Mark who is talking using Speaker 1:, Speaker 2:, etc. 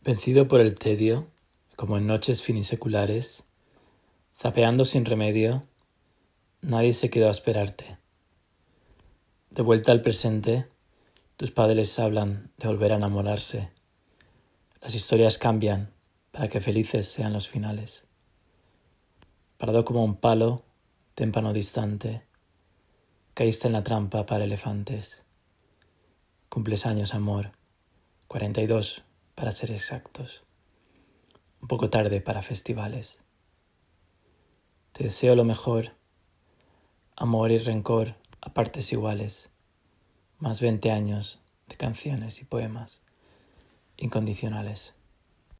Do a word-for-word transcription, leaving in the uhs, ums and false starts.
Speaker 1: Vencido por el tedio, como en noches finiseculares, zapeando sin remedio, nadie se quedó a esperarte. De vuelta al presente, tus padres hablan de volver a enamorarse. Las historias cambian para que felices sean los finales. Parado como un palo, témpano distante, caíste en la trampa para elefantes. Cumples años, amor, cuarenta y dos para ser exactos. Un poco tarde para festivales. Te deseo lo mejor, amor y rencor a partes iguales, más veinte años de canciones y poemas incondicionales.